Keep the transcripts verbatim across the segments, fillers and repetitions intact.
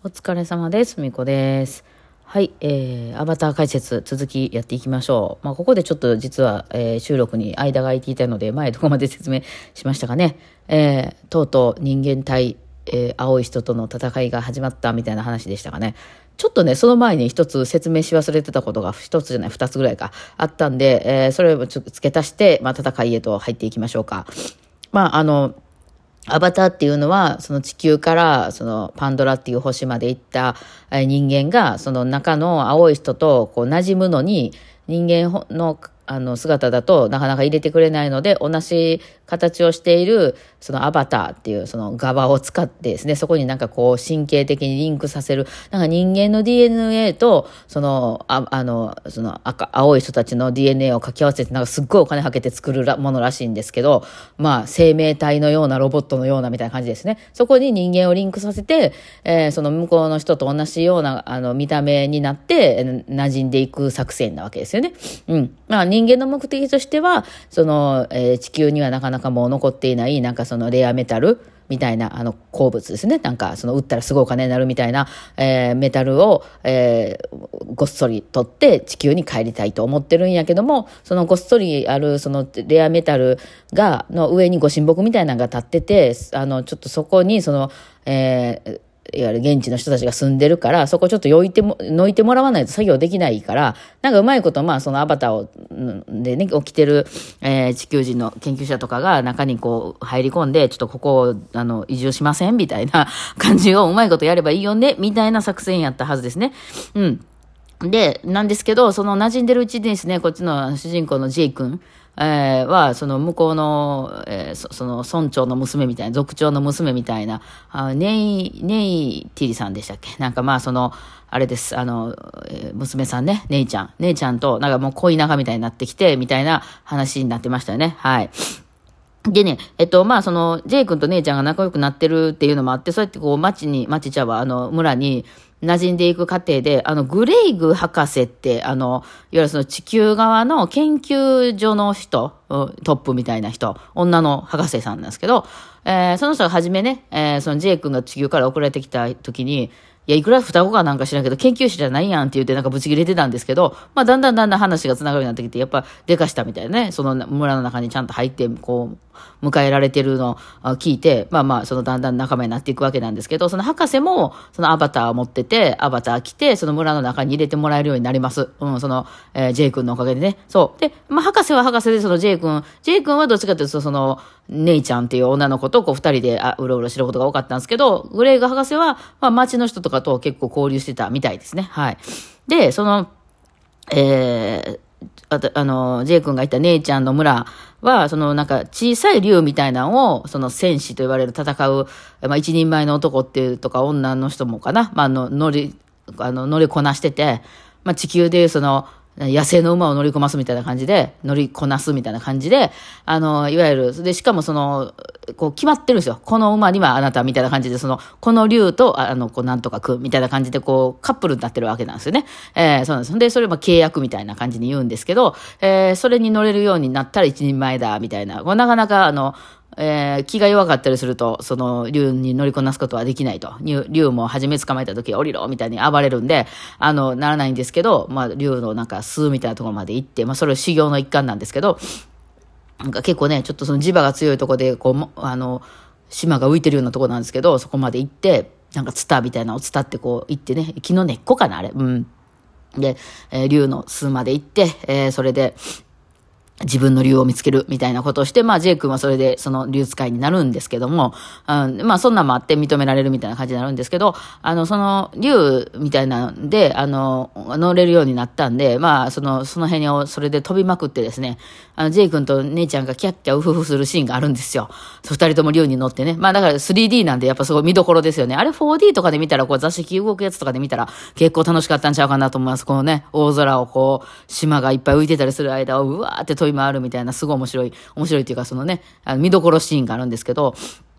お疲れ様です。みこです。はい、えー、アバター解説続きやっていきましょう。まあ、ここでちょっと実は、えー、収録に間が空いていたので、前どこまで説明しましたかね。えー、とうとう人間対、えー、青い人との戦いが始まったみたいな話でしたかね。ちょっとね、その前に一つ説明し忘れてたことが一つじゃない、二つぐらいかあったんで、えー、それをちょっと付け足して、まあ、戦いへと入っていきましょうか。まあ、あの、アバターっていうのは、その地球からそのパンドラっていう星まで行った人間が、その中の青い人とこう馴染むのに、人間のあの姿だとなかなか入れてくれないので、同じ形をしているそのアバターっていうその側を使ってですね、そこになんかこう神経的にリンクさせる、なんか人間の ディーエヌエー とそのああのその赤青い人たちの ディーエヌエー を掛け合わせて、なんかすっごいお金かけて作るものらしいんですけど、まあ生命体のようなロボットのようなみたいな感じですね。そこに人間をリンクさせて、えー、その向こうの人と同じようなあの見た目になって馴染んでいく作戦なわけですよね。うん。まあ人間の目的としては、その、えー、地球にはなかなかもう残っていない、なんかそのレアメタルみたいなあの鉱物ですね。なんかその売ったらすごいお金になるみたいな、えー、メタルを、えー、ごっそり取って地球に帰りたいと思ってるんやけども、そのごっそりあるそのレアメタルが、の上にご神木みたいなのが立ってて、あのちょっとそこにその、えーいわゆる現地の人たちが住んでるから、そこちょっと置いても、のいてもらわないと作業できないから、なんかうまいこと、まあそのアバターを、でね、起きてる、えー、地球人の研究者とかが中にこう入り込んで、ちょっとここを、あの、移住しませんみたいな感じをうまいことやればいいよねみたいな作戦やったはずですね。うん。で、なんですけど、その馴染んでるうちにですね、こっちの主人公の J 君、えー、は、その向こうの、えー、そ, その村長の娘みたいな、族長の娘みたいな、あネイ、ネイティリさんでしたっけ？なんかまあその、あれです、あの、えー、娘さんね、ネイちゃん。ネイちゃんと、なんかもう恋仲みたいになってきて、みたいな話になってましたよね。はい。でね、えっと、まあ、その、J 君と姉ちゃんが仲良くなってるっていうのもあって、そうやってこう、町に、町ちゃうわ、あの、村に馴染んでいく過程で、あの、グレイグ博士って、あの、いわゆるその地球側の研究所の人、トップみたいな人、女の博士さんなんですけど、えー、その人が初めね、えー、その J 君が地球から送られてきた時に、いや、いくら双子かなんか知らんけど、研究者じゃないやんって言ってなんかブチ切れてたんですけど、まあ、だんだんだんだん話が繋がるようになってきて、やっぱ、でかしたみたいなね、その村の中にちゃんと入って、こう、迎えられてるのを聞いて、まあまあ、そのだんだん仲間になっていくわけなんですけど、その博士も、そのアバターを持ってて、アバター来て、その村の中に入れてもらえるようになります。うん、その、えー、J 君のおかげでね。そう。で、まあ、博士は博士で、その J 君、J 君はどっちかというと、その、ネイちゃんっていう女の子とこう二人であうろうろしてることが多かったんですけど、グレイグ博士は、まあ、町の人とかと結構交流してたみたいですね。はい。で、その、えー、あと、あの、J 君がいた姉ちゃんの村は、そのなんか小さい竜みたいなのを、その戦士と言われる戦う、まあ一人前の男っていうとか女の人もかな、まあ、あの、乗り、あの、乗りこなしてて、まあ地球でいうその、野生の馬を乗り込ますみたいな感じで、乗りこなすみたいな感じで、あの、いわゆる、で、しかもその、こう決まってるんですよ。この馬にはあなたみたいな感じで、その、この竜と、あの、こうなんとかくんみたいな感じで、こう、カップルになってるわけなんですよね。えー、そうなんです。で、それは契約みたいな感じに言うんですけど、えー、それに乗れるようになったら一人前だ、みたいな。なかなか、あの、えー、気が弱かったりすると、その、竜に乗りこなすことはできないと。竜も初め捕まえた時は降りろみたいに暴れるんで、あの、ならないんですけど、まあ、竜のなんか巣みたいなところまで行って、まあ、それは修行の一環なんですけど、なんか結構ね、ちょっとその磁場が強いところで、こう、あの、島が浮いてるようなところなんですけど、そこまで行って、なんかツタみたいなのを伝ってこう行ってね、木の根っこかな、あれ。うん。で、えー、竜の巣まで行って、えー、それで、自分の竜を見つけるみたいなことをして、まあ J 君はそれでその竜使いになるんですけども、うん、まあそんなんもあって認められるみたいな感じになるんですけど、あのその竜みたいなんで、あの乗れるようになったんで、まあその、その辺をそれで飛びまくってですね、あの J 君と姉ちゃんがキャッキャウフフするシーンがあるんですよ。二人とも竜に乗ってね。まあだから スリーディー なんでやっぱすごい見どころですよね。あれ フォーディー とかで見たらこう座敷動くやつとかで見たら結構楽しかったんちゃうかなと思います。このね、大空をこう、島がいっぱい浮いてたりする間をうわーって飛び回るみたいなすごい面白い、面白いっていうかそのね、あの見どころシーンがあるんですけど、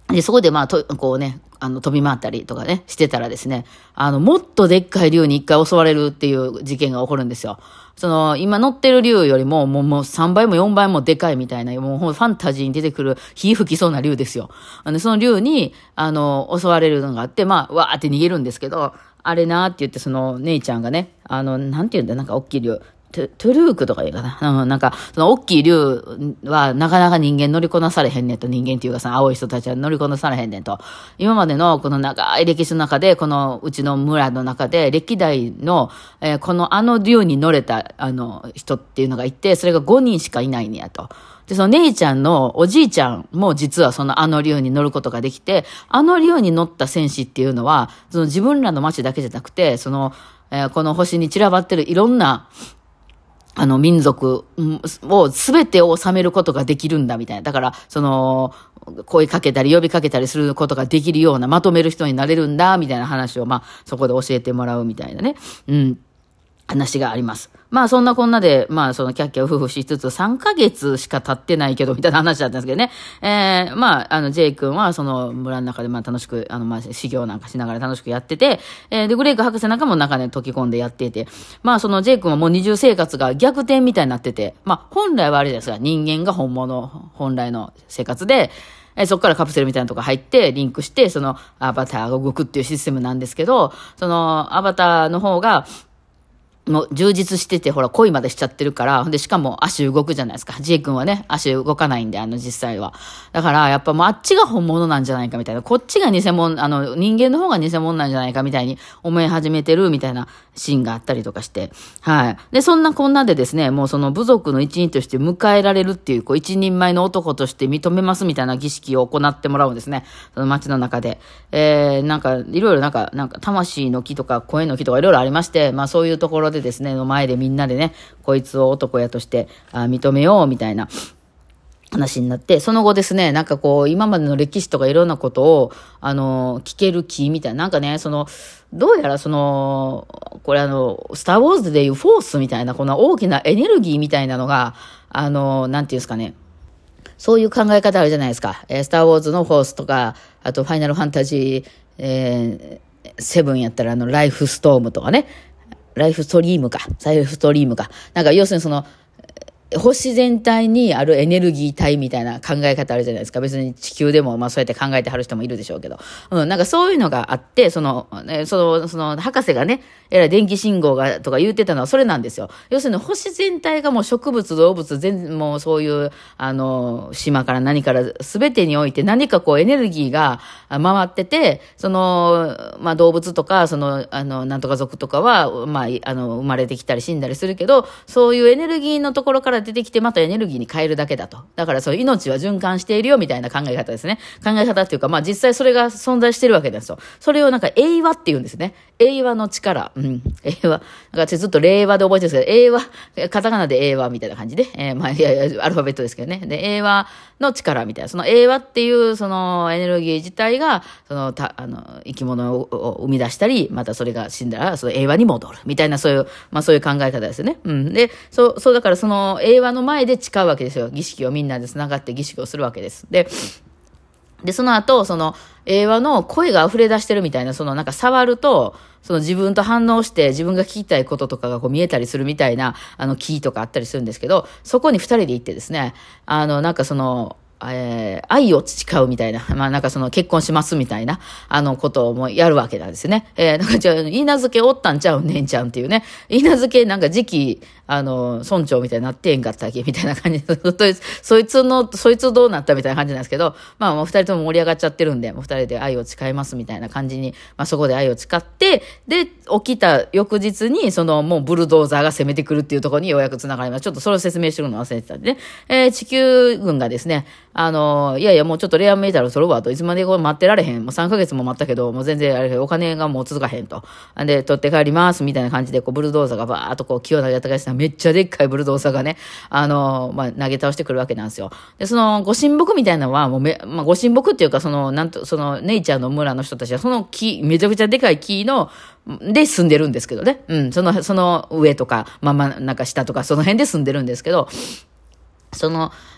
で、そこでまあ、と、こうね、あの、飛び回ったりとかね、してたらですね、あの、もっとでっかい竜に一回襲われるっていう事件が起こるんですよ。その、今乗ってる竜よりも、もう、もうさんばいもよんばいもでかいみたいな、もうファンタジーに出てくる火吹きそうな竜ですよ。で、その竜に、あの、襲われるのがあって、まあ、わーって逃げるんですけど、あれなーって言って、その、姉ちゃんがね、あの、なんて言うんだよ、なんか大きい竜。トゥ、トゥルークとか言うかな。うん、なんか、その大きい竜はなかなか人間乗りこなされへんねんと、人間っていうかさ、青い人たちは乗りこなされへんねんと。今までのこの長い歴史の中で、このうちの村の中で、歴代の、えー、このあの竜に乗れた、あの、人っていうのがいて、それがごにんしかいないんやと。で、その姉ちゃんのおじいちゃんも実はそのあの竜に乗ることができて、あの竜に乗った戦士っていうのは、その自分らの町だけじゃなくて、その、えー、この星に散らばってるいろんな、あの、民族を全てを治めることができるんだみたいな。だから、その、声かけたり呼びかけたりすることができるような、まとめる人になれるんだみたいな話を、まあ、そこで教えてもらうみたいなね。うん。話があります。まあそんなこんなで、まあそのキャッキャウフフしつつさんかげつしか経ってないけどみたいな話だったんですけどね。えー、まああの J 君はその村の中でまあ楽しく、あのまあ修行なんかしながら楽しくやってて、えー、でグレイク博士なんかも中で溶き込んでやっていて、まあその J 君はもう二重生活が逆転みたいになってて、まあ本来はあれですが人間が本物、本来の生活で、えそこからカプセルみたいなとこ入って、リンクして、そのアバターが動くっていうシステムなんですけど、そのアバターの方が、もう充実してて、ほら、恋までしちゃってるから、で、しかも足動くじゃないですか。J 君はね、足動かないんで、あの、実際は。だから、やっぱもうあっちが本物なんじゃないかみたいな、こっちが偽物、あの、人間の方が偽物なんじゃないかみたいに思い始めてるみたいなシーンがあったりとかして。はい。で、そんなこんなでですね、もうその部族の一員として迎えられるっていう、こう、一人前の男として認めますみたいな儀式を行ってもらうんですね。その街の中で。えー、なんか、いろいろなんか、なんか、魂の木とか声の木とかいろいろありまして、まあそういうところででですね、の前でみんなでね、こいつを男やとしてあ認めようみたいな話になって、その後ですね、なんかこう、今までの歴史とかいろんなことを、あの、聞ける木みたいな、なんかね、その、どうやらその、これあの、スターウォーズでいうフォースみたいな、この大きなエネルギーみたいなのが、あの、なんていうんですかね、そういう考え方あるじゃないですか。えー、スターウォーズのフォースとか、あとファイナルファンタジー、えー、セブンやったらあの、ライフストームとかね、ライフストリームか。ライフストリームか。なんか要するにその、星全体にあるエネルギー体みたいな考え方あるじゃないですか。別に地球でもまあそうやって考えてはる人もいるでしょうけど。うん、なんかそういうのがあって、その、ね、その、その、博士がね、えらい電気信号がとか言ってたのはそれなんですよ。要するに星全体がもう植物、動物、全、もうそういう、あの、島から何から全てにおいて何かこうエネルギーが回ってて、その、まあ動物とか、その、あの、なんとか族とかは、まあ、あの、生まれてきたり死んだりするけど、そういうエネルギーのところから出てきてまたエネルギーに変えるだけだと。だからそう命は循環しているよみたいな考え方ですね。考え方っていうか、まあ実際それが存在してるわけですよ。それをなんか永和って言うんですね。永和の力。うん。永和。なんかずっと令和で覚えてるんですけど、永和、カタカナで永和みたいな感じで、えー、まあいやいや、アルファベットですけどね。で、永和の力みたいな。その永和っていうそのエネルギー自体が、その、た、あの、生き物を生み出したり、またそれが死んだら、その永和に戻る。みたいなそういう、まあそういう考え方ですよね。うん。で、そう、そうだからその永和の前で誓うわけですよ。儀式をみんなで繋がって儀式をするわけです。で、で、その後、その、英和の声が溢れ出してるみたいな、そのなんか触ると、その自分と反応して自分が聞きたいこととかがこう見えたりするみたいな、あの、キーとかあったりするんですけど、そこに二人で行ってですね、あの、なんかその、えー、愛を誓うみたいな、まあなんかその結婚しますみたいな、あのことをもやるわけなんですよね。えー、なんかじゃあ、言い名付けおったんちゃうねんちゃんっていうね、言い名付けなんか時期、あの、村長みたいになってんかったっけみたいな感じで、そいつの、そいつどうなったみたいな感じなんですけど、まあもう二人とも盛り上がっちゃってるんで、もう二人で愛を誓いますみたいな感じに、まあそこで愛を誓って、で、起きた翌日に、そのもうブルドーザーが攻めてくるっていうところにようやく繋がります。ちょっとそれを説明してるの忘れてたんでね。えー、地球軍がですね、あの、いやいやもうちょっとレアメタル取るわと、いつまでこう待ってられへん。もうさんかげつも待ったけど、もう全然あれ、お金がもう続かへんと。で、取って帰りますみたいな感じで、こうブルドーザーがバーっとこう木を投げたりしたらめっちゃでっかいブルドーザーがね、あの、まあ、投げ倒してくるわけなんですよ。で、その、ご神木みたいなのは、もうめ、まあ、ご神木っていうか、その、なんと、その、ネイチャーの村の人たちは、その木、めちゃくちゃでかい木の、で住んでるんですけどね。うん、その、その上とか、まあまあ、なんか下とか、その辺で住んでるんですけど、その、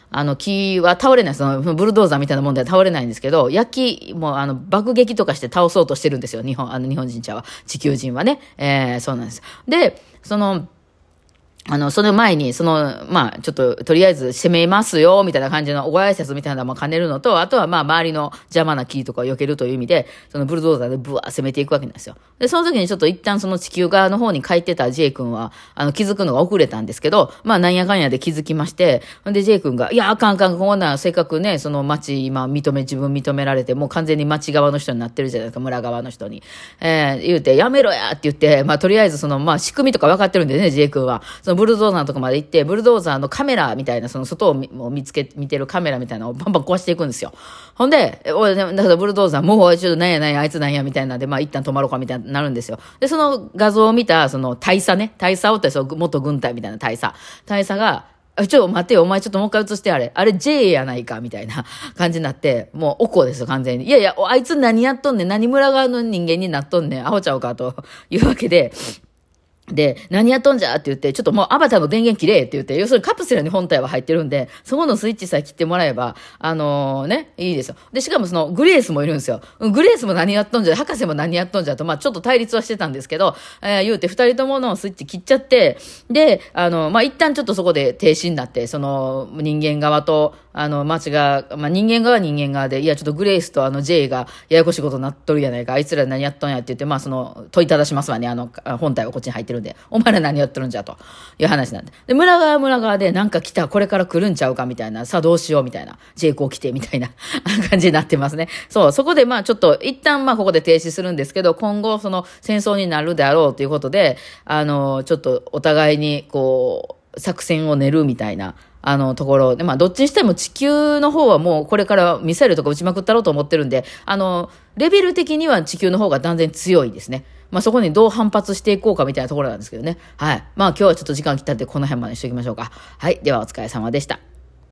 あの、木は倒れない、その、ブルドーザーみたいなもんでは倒れないんですけど、焼き、もう、あの、爆撃とかして倒そうとしてるんですよ。日本、あの、日本人ちゃは。地球人はね。えー、そうなんです。で、その、あの、その前に、その、まあ、ちょっと、とりあえず攻めますよ、みたいな感じのご挨拶みたいなのも兼ねるのと、あとはまあ、周りの邪魔な木とかを避けるという意味で、そのブルドーザーでブワー攻めていくわけなんですよ。で、その時にちょっと一旦その地球側の方に帰ってた J 君は、あの、気づくのが遅れたんですけど、まあ、なんやかんやで気づきまして、ほんで J 君が、いや、あかんあかん、こんな、せっかくね、その町、今、認め、自分認められて、もう完全に町側の人になってるじゃないですか、村側の人に。えー、言うて、やめろやって言って、まあ、とりあえずその、まあ、仕組みとか分かってるんでね、J 君は。そのブルドーザーのとこまで行って、ブルドーザーのカメラみたいな、その外を 見, 見つけ、見てるカメラみたいなのをバンバン壊していくんですよ。ほんで、おい、だからブルドーザー、もうちょっとなんやなんや、あいつなんや、みたいなんで、まあ一旦止まろうか、みたいになるんですよ。で、その画像を見た、その大佐ね、大佐をって、その元軍隊みたいな大佐。大佐が、ちょ、待ってよ、お前ちょっともう一回映してあれ。あれ J やないか、みたいな感じになって、もうおこですよ、完全に。いやいや、あいつ何やっとんねん、何村側の人間になっとんねん、アホちゃうか、というわけで、で、何やっとんじゃって言って、ちょっともうアバターの電源切れって言って、要するにカプセルに本体は入ってるんで、そこのスイッチさえ切ってもらえば、あのー、ね、いいですよ。で、しかもそのグレースもいるんですよ。グレースも何やっとんじゃ、博士も何やっとんじゃと、まあちょっと対立はしてたんですけど、えー、言うて二人とものスイッチ切っちゃって、で、あの、まあ一旦ちょっとそこで停止になって、その人間側と、あの、町が、まあ人間側は人間側で、いやちょっとグレースとあの J がややこしいことになっとるやないか、あいつら何やっとんやって言って、まあその、問いただしますわね、あの、本体はこっちに入ってるんで、お前ら何やってるんじゃという話なんで。で、村側は村側でなんか来た、これから来るんちゃうかみたいな、さあどうしようみたいな、J こう来てみたいな感じになってますね。そう、そこでまあちょっと一旦まあここで停止するんですけど、今後その戦争になるであろうということで、あの、ちょっとお互いにこう、作戦を練るみたいな、あのところで、まあどっちにしても地球の方はもうこれからミサイルとか撃ちまくったろうと思ってるんで、あの、レベル的には地球の方が断然強いですね。まあそこにどう反発していこうかみたいなところなんですけどね。はい。まあ今日はちょっと時間切ったんでこの辺までにしておきましょうか。はい。ではお疲れ様でした。